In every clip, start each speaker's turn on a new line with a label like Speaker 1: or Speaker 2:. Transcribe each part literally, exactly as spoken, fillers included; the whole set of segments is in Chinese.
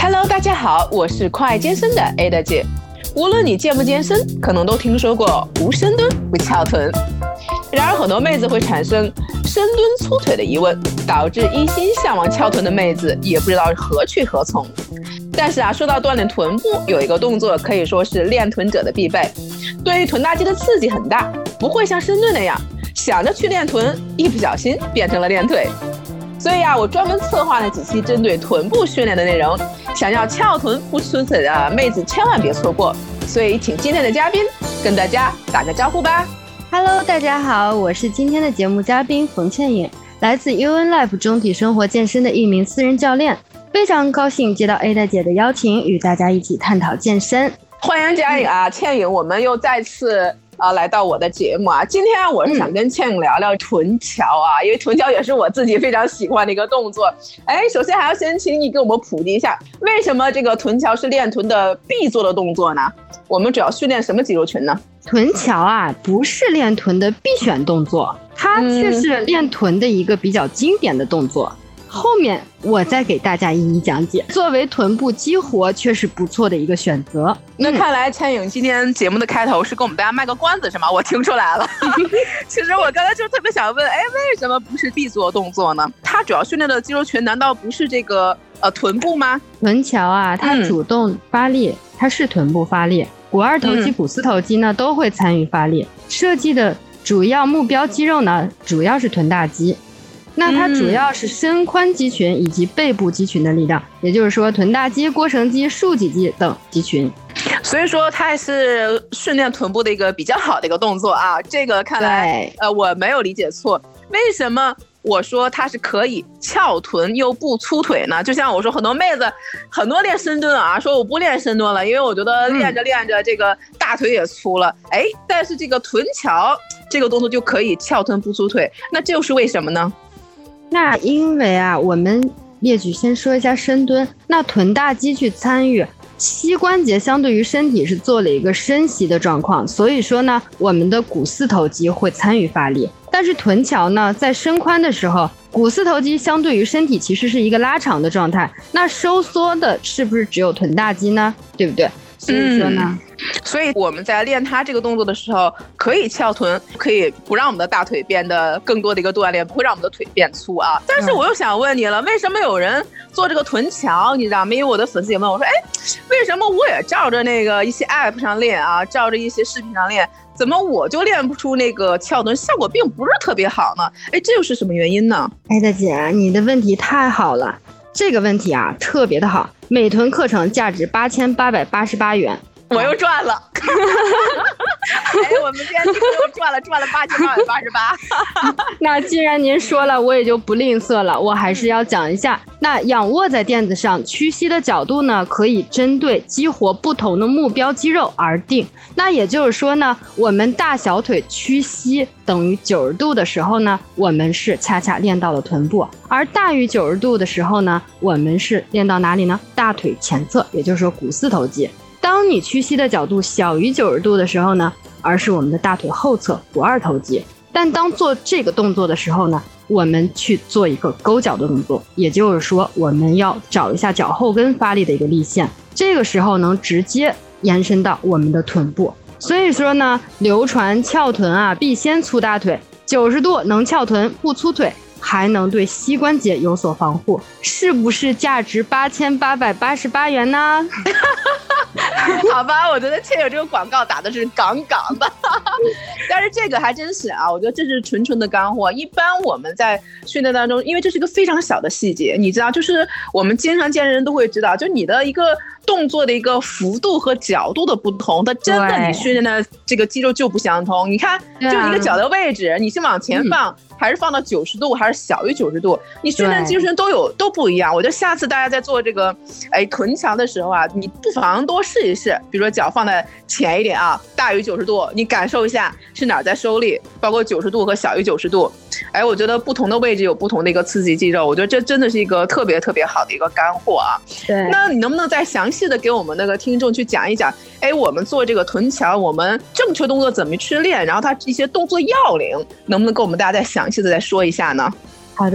Speaker 1: Hello， 大家好，我是快健身的 Ada 姐。无论你健不健身，可能都听说过无深蹲会翘臀。然而，很多妹子会产生深蹲粗腿的疑问，导致一心向往翘臀的妹子也不知道何去何从。但是啊，说到锻炼臀部，有一个动作可以说是练臀者的必备，对于臀大肌的刺激很大，不会像深蹲那样想着去练臀，一不小心变成了练腿。所以啊，我专门策划了几期针对臀部训练的内容，想要翘臀不粗腿的妹子千万别错过。所以请今天的嘉宾跟大家打个招呼吧。
Speaker 2: Hello， 大家好，我是今天的节目嘉宾冯倩颖，来自 U N Life 中体生活健身的一名私人教练，非常高兴接到 Ada 姐的邀请，与大家一起探讨健身。
Speaker 1: 欢迎佳颖啊，倩颖，我们又再次啊，来到我的节目啊，今天啊，我是想跟倩颖聊聊臀桥啊，因为臀桥也是我自己非常喜欢的一个动作。哎，首先还要先请你给我们普及一下，为什么这个臀桥是练臀的必做的动作呢？我们主要训练什么肌肉群呢？
Speaker 2: 臀桥啊，不是练臀的必选动作，它却是练臀的一个比较经典的动作。后面我再给大家一一讲解。作为臀部激活，却是不错的一个选择。
Speaker 1: 那看来倩颖今天节目的开头是给我们大家卖个关子是吗？我听出来了。其实我刚才就特别想问，哎，为什么不是必做动作呢？它主要训练的肌肉群难道不是这个呃臀部吗？
Speaker 2: 臀桥啊，它主动发力，嗯、它是臀部发力，股二头肌、股四头肌呢、嗯、都会参与发力。设计的主要目标肌肉呢，主要是臀大肌。那它主要是身髋肌群以及背部肌群的力量，也就是说臀大肌、腘绳肌、竖脊肌等肌群。
Speaker 1: 所以说它也是训练臀部的一个比较好的一个动作啊。这个看来呃我没有理解错。为什么我说它是可以翘臀又不粗腿呢？就像我说很多妹子很多练深蹲啊，说我不练深蹲了，因为我觉得练着练着这个大腿也粗了。哎、嗯，但是这个臀桥这个动作就可以翘臀不粗腿，那这又是为什么呢？
Speaker 2: 那因为啊，我们列举先说一下深蹲，那臀大肌去参与，膝关节相对于身体是做了一个伸袭的状况，所以说呢，我们的股四头肌会参与发力。但是臀桥呢，在伸髋的时候，股四头肌相对于身体其实是一个拉长的状态，那收缩的是不是只有臀大肌呢？对不对？所以说呢、嗯，
Speaker 1: 所以我们在练它这个动作的时候，可以翘臀，可以不让我们的大腿变得更多的一个锻炼，不会让我们的腿变粗啊。但是我又想问你了，为什么有人做这个臀桥？你知道吗？因为我的粉丝也问我说，哎，为什么我也照着那个一些 app 上练啊，照着一些视频上练，怎么我就练不出那个翘臀，效果并不是特别好呢？哎，这又是什么原因呢？
Speaker 2: 哎，大姐，你的问题太好了。这个问题啊，特别的好。美臀课程价值八千八百八十八元，
Speaker 1: 我又赚了。哎，我们今天又赚了，赚了八千八百八十八。
Speaker 2: 那既然您说了，我也就不吝啬了，我还是要讲一下。那仰卧在垫子上，屈膝的角度呢，可以针对激活不同的目标肌肉而定。那也就是说呢，我们大小腿屈膝等于九十度的时候呢，我们是恰恰练到了臀部；而大于九十度的时候呢，我们是练到哪里呢？大腿前侧，也就是说股四头肌。当你屈膝的角度小于九十度的时候呢，而是我们的大腿后侧股二头肌。但当做这个动作的时候呢，我们去做一个勾脚的动作，也就是说我们要找一下脚后跟发力的一个力线，这个时候能直接延伸到我们的臀部。所以说呢，流传翘臀啊必先粗大腿，九十度能翘臀不粗腿，还能对膝关节有所防护，是不是价值八千八百八十八元呢？
Speaker 1: 好吧，我觉得倩颖这个广告打的是杠杠的。但是这个还真是啊，我觉得这是纯纯的干货。一般我们在训练当中，因为这是一个非常小的细节，你知道，就是我们经常见的人都会知道，就你的一个动作的一个幅度和角度的不同，它真的你训练的这个肌肉就不相同。你看，就一个脚的位置，你是往前放、嗯、还是放到九十度，还是小于九十度，你训练肌肉群都有都不一样。我觉得下次大家在做这个哎臀桥的时候啊，你不妨多试一试，比如说脚放在前一点啊，大于九十度，你感受一下是哪儿在收力，包括九十度和小于九十度。哎，我觉得不同的位置有不同的一个刺激肌肉，我觉得这真的是一个特别特别好的一个干货啊。
Speaker 2: 对，
Speaker 1: 那你能不能再详细的给我们那个听众去讲一讲，哎，我们做这个臀桥，我们正确动作怎么去练，然后它一些动作要领，能不能跟我们大家再详细的再说一下呢？
Speaker 2: 好的。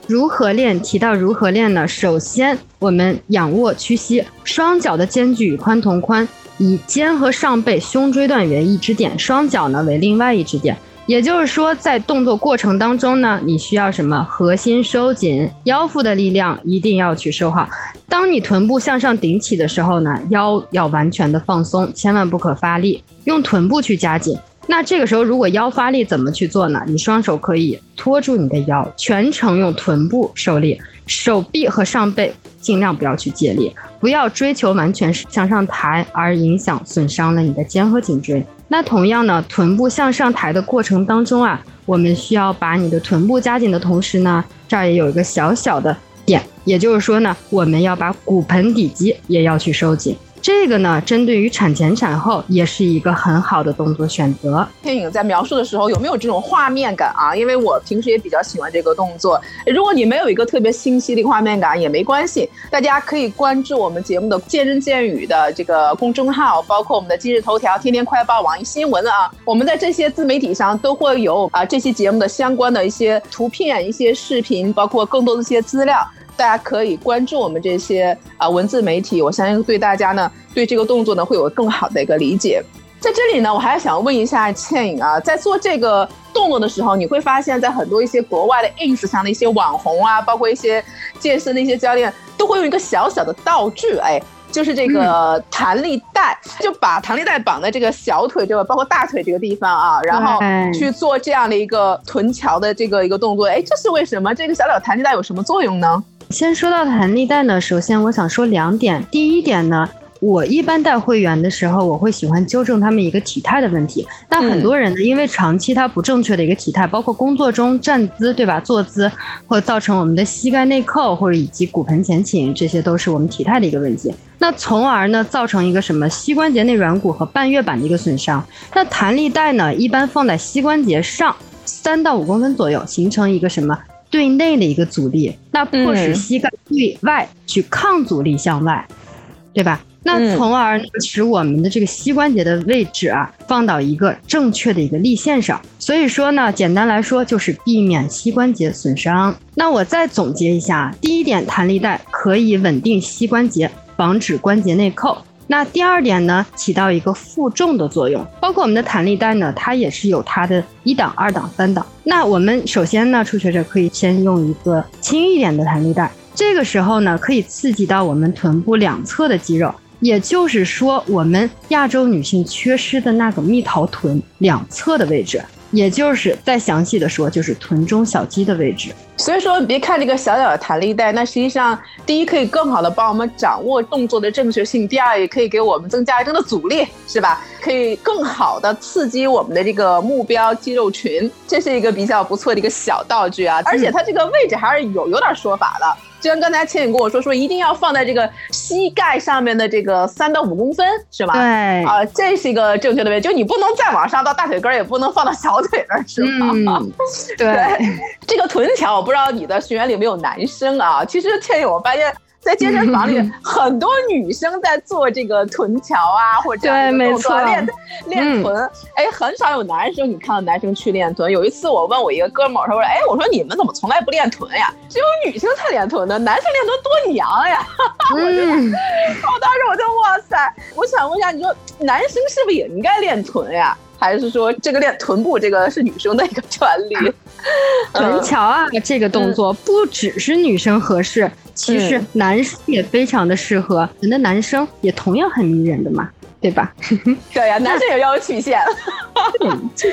Speaker 2: 如何练？提到如何练呢？首先，我们仰卧屈膝，双脚的间距与髋同宽，以肩和上背、胸椎段为一支点，双脚呢为另外一支点。也就是说，在动作过程当中呢，你需要什么？核心收紧，腰腹的力量一定要去收好。当你臀部向上顶起的时候呢，腰要完全的放松，千万不可发力，用臀部去夹紧。那这个时候如果腰发力怎么去做呢？你双手可以托住你的腰，全程用臀部受力，手臂和上背尽量不要去借力，不要追求完全向上抬而影响损伤了你的肩和颈椎。那同样呢，臀部向上抬的过程当中啊，我们需要把你的臀部夹紧的同时呢，这儿也有一个小小的点，也就是说呢，我们要把骨盆底肌也要去收紧。这个呢，针对于产前产后也是一个很好的动作选择。
Speaker 1: 天颖在描述的时候有没有这种画面感啊？因为我平时也比较喜欢这个动作。如果你没有一个特别清晰的画面感也没关系，大家可以关注我们节目的见人见语的这个公众号，包括我们的今日头条、天天快报、网易新闻啊，我们在这些自媒体上都会有啊这期节目的相关的一些图片、一些视频，包括更多的一些资料。大家可以关注我们这些啊、呃、文字媒体，我相信对大家呢对这个动作呢会有更好的一个理解。在这里呢，我还想问一下倩颖啊，在做这个动作的时候，你会发现在很多一些国外的 ins 上的一些网红啊，包括一些健身的一些教练，都会用一个小小的道具，哎，就是这个弹力带，嗯、就把弹力带绑在这个小腿这个，包括大腿这个地方啊，然后去做这样的一个臀桥的这个一个动作。哎，这是为什么？这个小小弹力带有什么作用呢？
Speaker 2: 先说到弹力带呢，首先我想说两点。第一点呢，我一般带会员的时候，我会喜欢纠正他们一个体态的问题。那很多人呢，因为长期他不正确的一个体态，包括工作中站姿，对吧？坐姿，或者造成我们的膝盖内扣，或者以及骨盆前倾，这些都是我们体态的一个问题。那从而呢，造成一个什么膝关节内软骨和半月板的一个损伤。那弹力带呢，一般放在膝关节上三到五公分左右，形成一个什么？对内的一个阻力，那迫使膝盖对外去抗阻力向外，嗯、对吧？那从而使我们的这个膝关节的位置啊，放到一个正确的一个力线上。所以说呢，简单来说就是避免膝关节损伤。那我再总结一下，第一点，弹力带可以稳定膝关节，防止关节内扣。那第二点呢，起到一个负重的作用，包括我们的弹力带呢，它也是有它的一档、二档、三档。那我们首先呢，初学者可以先用一个轻一点的弹力带，这个时候呢，可以刺激到我们臀部两侧的肌肉，也就是说，我们亚洲女性缺失的那个蜜桃臀两侧的位置。也就是再详细的说，就是臀中小肌的位置。
Speaker 1: 所以说你别看这个小小的弹力带，那实际上第一可以更好的帮我们掌握动作的正确性，第二也可以给我们增加一定的阻力，是吧？可以更好的刺激我们的这个目标肌肉群，这是一个比较不错的一个小道具啊。而且它这个位置还是有有点说法的，就像刚才倩颖跟我说，说一定要放在这个膝盖上面的这个三到五公分，是吧？
Speaker 2: 对
Speaker 1: 啊、呃，这是一个正确的位置，就你不能再往上到大腿根，也不能放到小腿那儿，是吧？
Speaker 2: 嗯、对, 对，
Speaker 1: 这个臀桥，我不知道你的学员里有没有男生啊？其实倩颖，我发现在健身房里，嗯、很多女生在做这个臀桥啊，或者这样的动作练练臀。哎、嗯，很少有男生，你看到男生去练臀。有一次我问我一个哥们儿，他说：“哎，我说你们怎么从来不练臀呀？只有女生才练臀呢，男生练臀多娘呀！”我就，嗯、我当时我就哇塞，我想问一下，你说男生是不是也应该练臀呀？还是说这个练臀部这个是女生的一个专利？
Speaker 2: 臀桥啊，嗯、这个动作不只是女生合适，嗯、其实男生也非常的适合。人的男生也同样很迷人的嘛，对吧？
Speaker 1: 对呀，男生也要有曲线。
Speaker 2: 对，就是。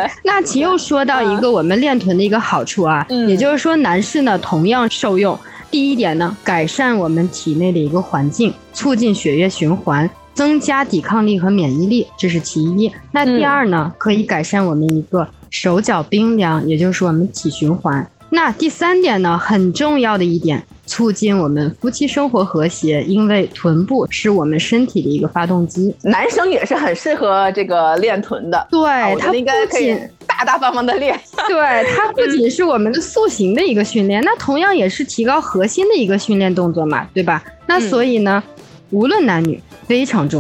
Speaker 2: 那其又说到一个我们练臀的一个好处啊，嗯、也就是说男士呢同样受用。第一点呢，改善我们体内的一个环境，促进血液循环。增加抵抗力和免疫力，这是其一。那第二呢，嗯、可以改善我们一个手脚冰凉，也就是说我们体循环。那第三点呢，很重要的一点，促进我们夫妻生活和谐，因为臀部是我们身体的一个发动机。
Speaker 1: 男生也是很适合这个练臀的，
Speaker 2: 对，
Speaker 1: 啊、他应该可以大大方方的练。
Speaker 2: 对，它不仅是我们的塑形的一个训练，那同样也是提高核心的一个训练动作嘛，对吧？那所以呢，嗯、无论男女非常重要。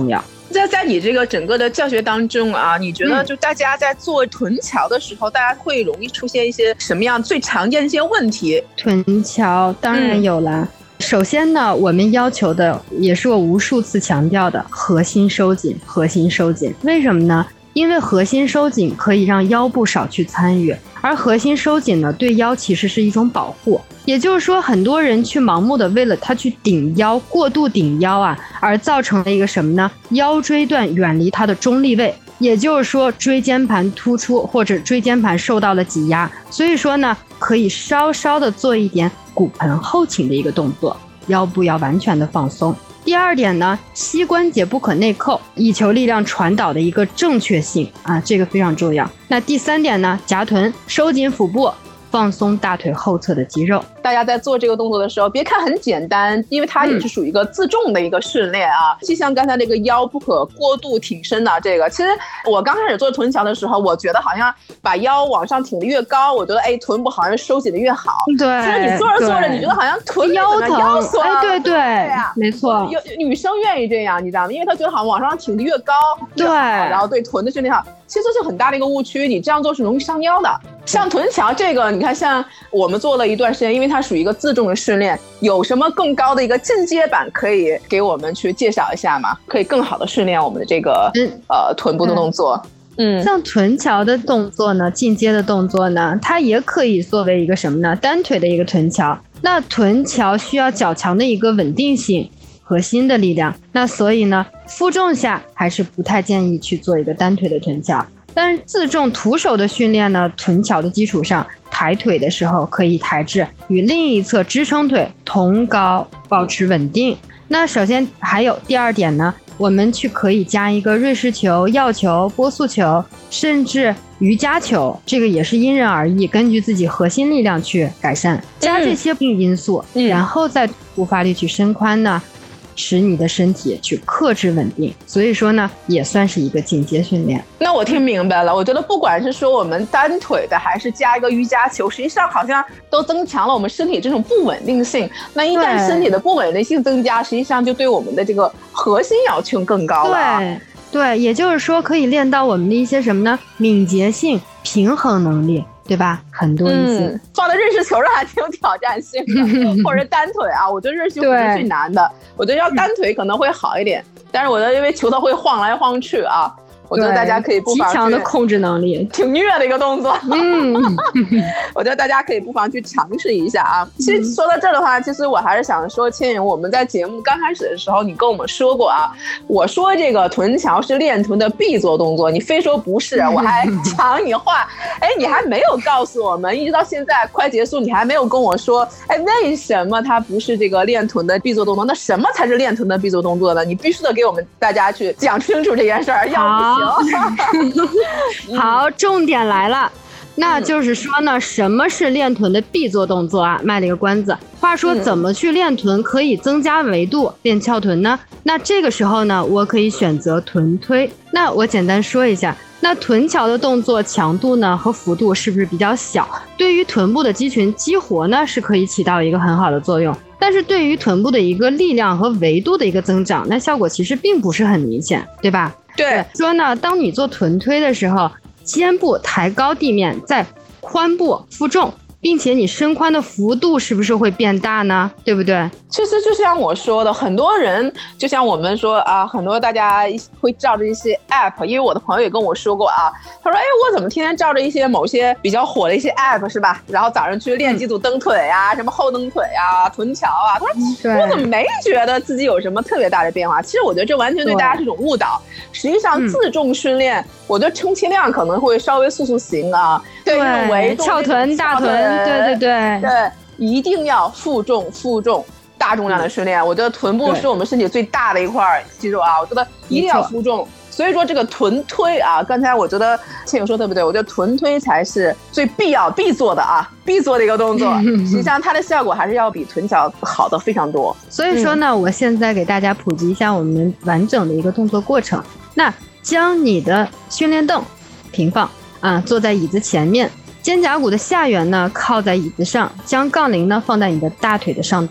Speaker 1: 在在你这个整个的教学当中啊，你觉得就大家在做臀桥的时候，嗯、大家会容易出现一些什么样最常见的一些问题？
Speaker 2: 臀桥当然有了。嗯，首先呢，我们要求的也是我无数次强调的核心收紧，核心收紧。为什么呢？因为核心收紧可以让腰部少去参与，而核心收紧呢，对腰其实是一种保护。也就是说，很多人去盲目的为了他去顶腰，过度顶腰啊，而造成了一个什么呢？腰椎段远离它的中立位，也就是说椎间盘突出或者椎间盘受到了挤压。所以说呢，可以稍稍的做一点骨盆后倾的一个动作，腰部要完全的放松。第二点呢，膝关节不可内扣，以求力量传导的一个正确性啊，这个非常重要。那第三点呢，夹臀，收紧腹部，放松大腿后侧的肌肉。
Speaker 1: 大家在做这个动作的时候，别看很简单，因为它也是属于一个自重的一个训练啊。就、嗯、像刚才那个腰不可过度挺身的这个，其实我刚开始做臀桥的时候，我觉得好像把腰往上挺得越高，我觉得哎臀部好像收紧的越好。
Speaker 2: 对，
Speaker 1: 其实你做着做着，你觉得好像臀
Speaker 2: 腰疼，
Speaker 1: 腰酸。
Speaker 2: 哎，对对对呀、啊，没错。
Speaker 1: 有女生愿意这样，你知道吗？因为她觉得好像往上挺得越高，
Speaker 2: 对，
Speaker 1: 然后对臀的训练好。其实这是很大的一个误区，你这样做是容易伤腰的。像臀桥这个，你看，像我们做了一段时间，因为它属于一个自重的训练，有什么更高的一个进阶版可以给我们去介绍一下吗？可以更好的训练我们的这个、嗯、呃臀部的动作。嗯，
Speaker 2: 像臀桥的动作呢，进阶的动作呢，它也可以作为一个什么呢？单腿的一个臀桥。那臀桥需要较强的一个稳定性。核心的力量，那所以呢，负重下还是不太建议去做一个单腿的臀桥。但是自重徒手的训练呢，臀桥的基础上，抬腿的时候可以抬至与另一侧支撑腿同高，保持稳定。那首先还有第二点呢，我们去可以加一个瑞士球、药球、波速球，甚至瑜伽球，这个也是因人而异，根据自己核心力量去改善，加这些因素，嗯、然后再不发力去伸髋呢。使你的身体去克制稳定，所以说呢，也算是一个进阶训练。
Speaker 1: 那我听明白了，我觉得不管是说我们单腿的，还是加一个瑜伽球，实际上好像都增强了我们身体这种不稳定性。那一旦身体的不稳定性增加，实际上就对我们的这个核心要求更高了。
Speaker 2: 对对，也就是说可以练到我们的一些什么呢？敏捷性、平衡能力。对吧？很多一些、嗯、
Speaker 1: 放在日式球上还挺有挑战性的，或者单腿啊，我觉得日式球是最难的。我觉得要单腿可能会好一点，但是我觉得因为球它会晃来晃去啊，我觉得大家可以不妨
Speaker 2: 极强的控制能力，
Speaker 1: 挺虐的一个动作。嗯，我觉得大家可以不妨去尝试一下啊。其实说到这儿的话，其实我还是想说，千云，我们在节目刚开始的时候，你跟我们说过啊，我说这个臀桥是练臀的必做动作，你非说不是，我还抢你话。哎，你还没有告诉我们，一直到现在快结束，你还没有跟我说，哎，为什么它不是这个练臀的必做动作？那什么才是练臀的必做动作呢？你必须得给我们大家去讲清楚这件事儿，要不行。
Speaker 2: 好，重点来了。那就是说呢，什么是练臀的必做动作啊？卖了一个关子。话说怎么去练臀可以增加维度，练翘臀呢？那这个时候呢，我可以选择臀推。那我简单说一下，那臀桥的动作强度呢和幅度是不是比较小？对于臀部的肌群激活呢，是可以起到一个很好的作用。但是对于臀部的一个力量和维度的一个增长，那效果其实并不是很明显，对吧？
Speaker 1: 对，
Speaker 2: 说呢，当你做臀推的时候，肩部抬高地面，在髋部负重，并且你伸髋的幅度是不是会变大呢？对不对？
Speaker 1: 其实就像我说的，很多人就像我们说啊，很多大家会照着一些 app， 因为我的朋友也跟我说过啊，他说哎，我怎么天天照着一些某些比较火的一些 app 是吧？然后早上去练几组蹬腿啊，什么后蹬腿啊，臀桥啊，他说我怎么没觉得自己有什么特别大的变化？其实我觉得这完全对大家是一种误导。实际上自重训练，嗯、我觉得充其量可能会稍微塑塑形啊，对，维度
Speaker 2: 翘臀、大臀，对对对
Speaker 1: 对，一定要负重负重。大重量的训练，我觉得臀部是我们身体最大的一块肌肉啊，我觉得一定要负重。所以说这个臀推啊，刚才我觉得倩友说特别对，我觉得臀推才是最必要必做的啊，必做的一个动作。实际上它的效果还是要比臀桥好的非常多。
Speaker 2: 所以说呢，嗯、我现在给大家普及一下我们完整的一个动作过程。那将你的训练凳平放啊，坐在椅子前面。肩胛骨的下缘呢靠在椅子上，将杠铃呢放在你的大腿的上端，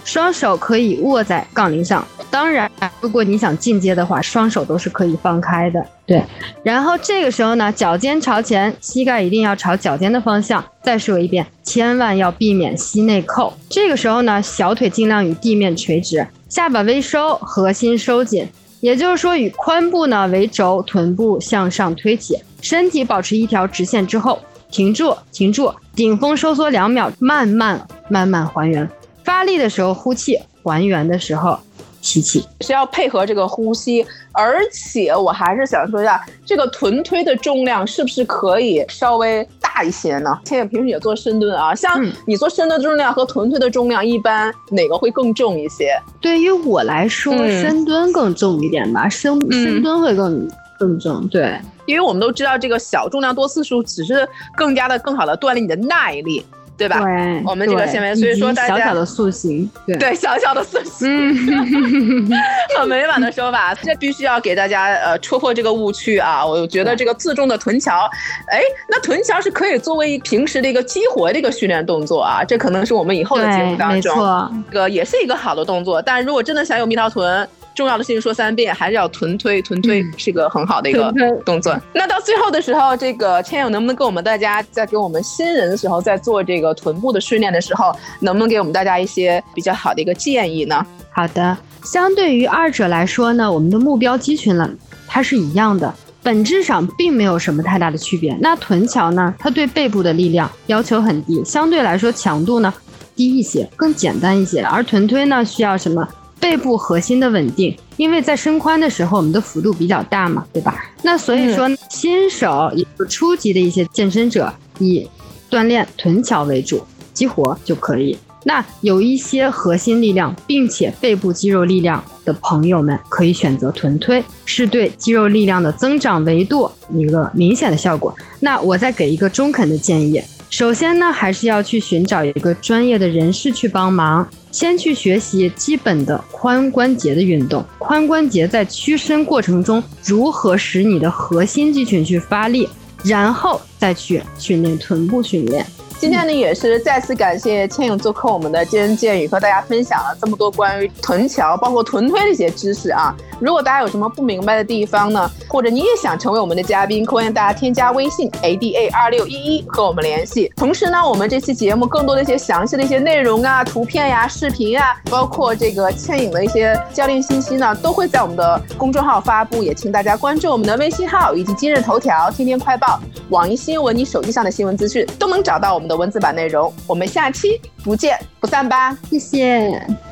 Speaker 2: 双手可以握在杠铃上。当然，如果你想进阶的话，双手都是可以放开的。对，然后这个时候呢，脚尖朝前，膝盖一定要朝脚尖的方向。再说一遍，千万要避免膝内扣。这个时候呢，小腿尽量与地面垂直，下巴微收，核心收紧。也就是说，以髋部呢为轴，臀部向上推起，身体保持一条直线之后，停住，停住，顶峰收缩两秒，慢慢慢慢还原。发力的时候呼气，还原的时候吸气，
Speaker 1: 是要配合这个呼吸。而且我还是想说一下，这个臀推的重量是不是可以稍微大一些呢？倩倩平时也做深蹲啊，像你做深蹲的重量和臀推的重量，一般哪个会更重一些？
Speaker 2: 对于我来说，嗯、深蹲更重一点吧，深深蹲会更、嗯、更重。对，
Speaker 1: 因为我们都知道这个小重量多次数只是更加的更好的锻炼你的耐力。对吧？
Speaker 2: 对，
Speaker 1: 我们这个纤维，所以说大家
Speaker 2: 小小的塑形，对
Speaker 1: 对，小小的塑形，嗯，很委婉的说法，这必须要给大家呃戳破这个误区啊！我觉得这个自重的臀桥，哎，那臀桥是可以作为平时的一个激活的一个训练动作啊，这可能是我们以后的节目当中，这个也是一个好的动作。但如果真的想有蜜桃臀，重要的事情说三遍，还是要臀推，臀推是个很好的一个动作。嗯、那到最后的时候，这个千友能不能跟我们大家在给我们新人的时候，在做这个臀部的训练的时候，能不能给我们大家一些比较好的一个建议呢？
Speaker 2: 好的，相对于二者来说呢，我们的目标肌群呢，它是一样的，本质上并没有什么太大的区别。那臀桥呢，它对背部的力量要求很低，相对来说强度呢低一些，更简单一些。而臀推呢，需要什么？背部核心的稳定，因为在伸髋的时候我们的幅度比较大嘛，对吧？那所以说、嗯、新手也就是初级的一些健身者以锻炼臀桥为主，激活就可以。那有一些核心力量并且背部肌肉力量的朋友们可以选择臀推，是对肌肉力量的增长维度一个明显的效果。那我再给一个中肯的建议，首先呢，还是要去寻找一个专业的人士去帮忙，先去学习基本的髋关节的运动，髋关节在屈伸过程中如何使你的核心肌群去发力，然后再去训练臀部训练。
Speaker 1: 今天呢，也是再次感谢千勇做客我们的健人健语，和大家分享了这么多关于臀桥包括臀推的一些知识啊。如果大家有什么不明白的地方呢，或者你也想成为我们的嘉宾，欢迎大家添加微信 A D A 二六一一和我们联系。同时呢，我们这期节目更多的一些详细的一些内容啊、图片呀、视频啊，包括这个倩颖的一些教练信息呢，都会在我们的公众号发布，也请大家关注我们的微信号以及今日头条、天天快报、网易新闻，你手机上的新闻资讯都能找到我们的文字版内容。我们下期不见不散吧，
Speaker 2: 谢谢。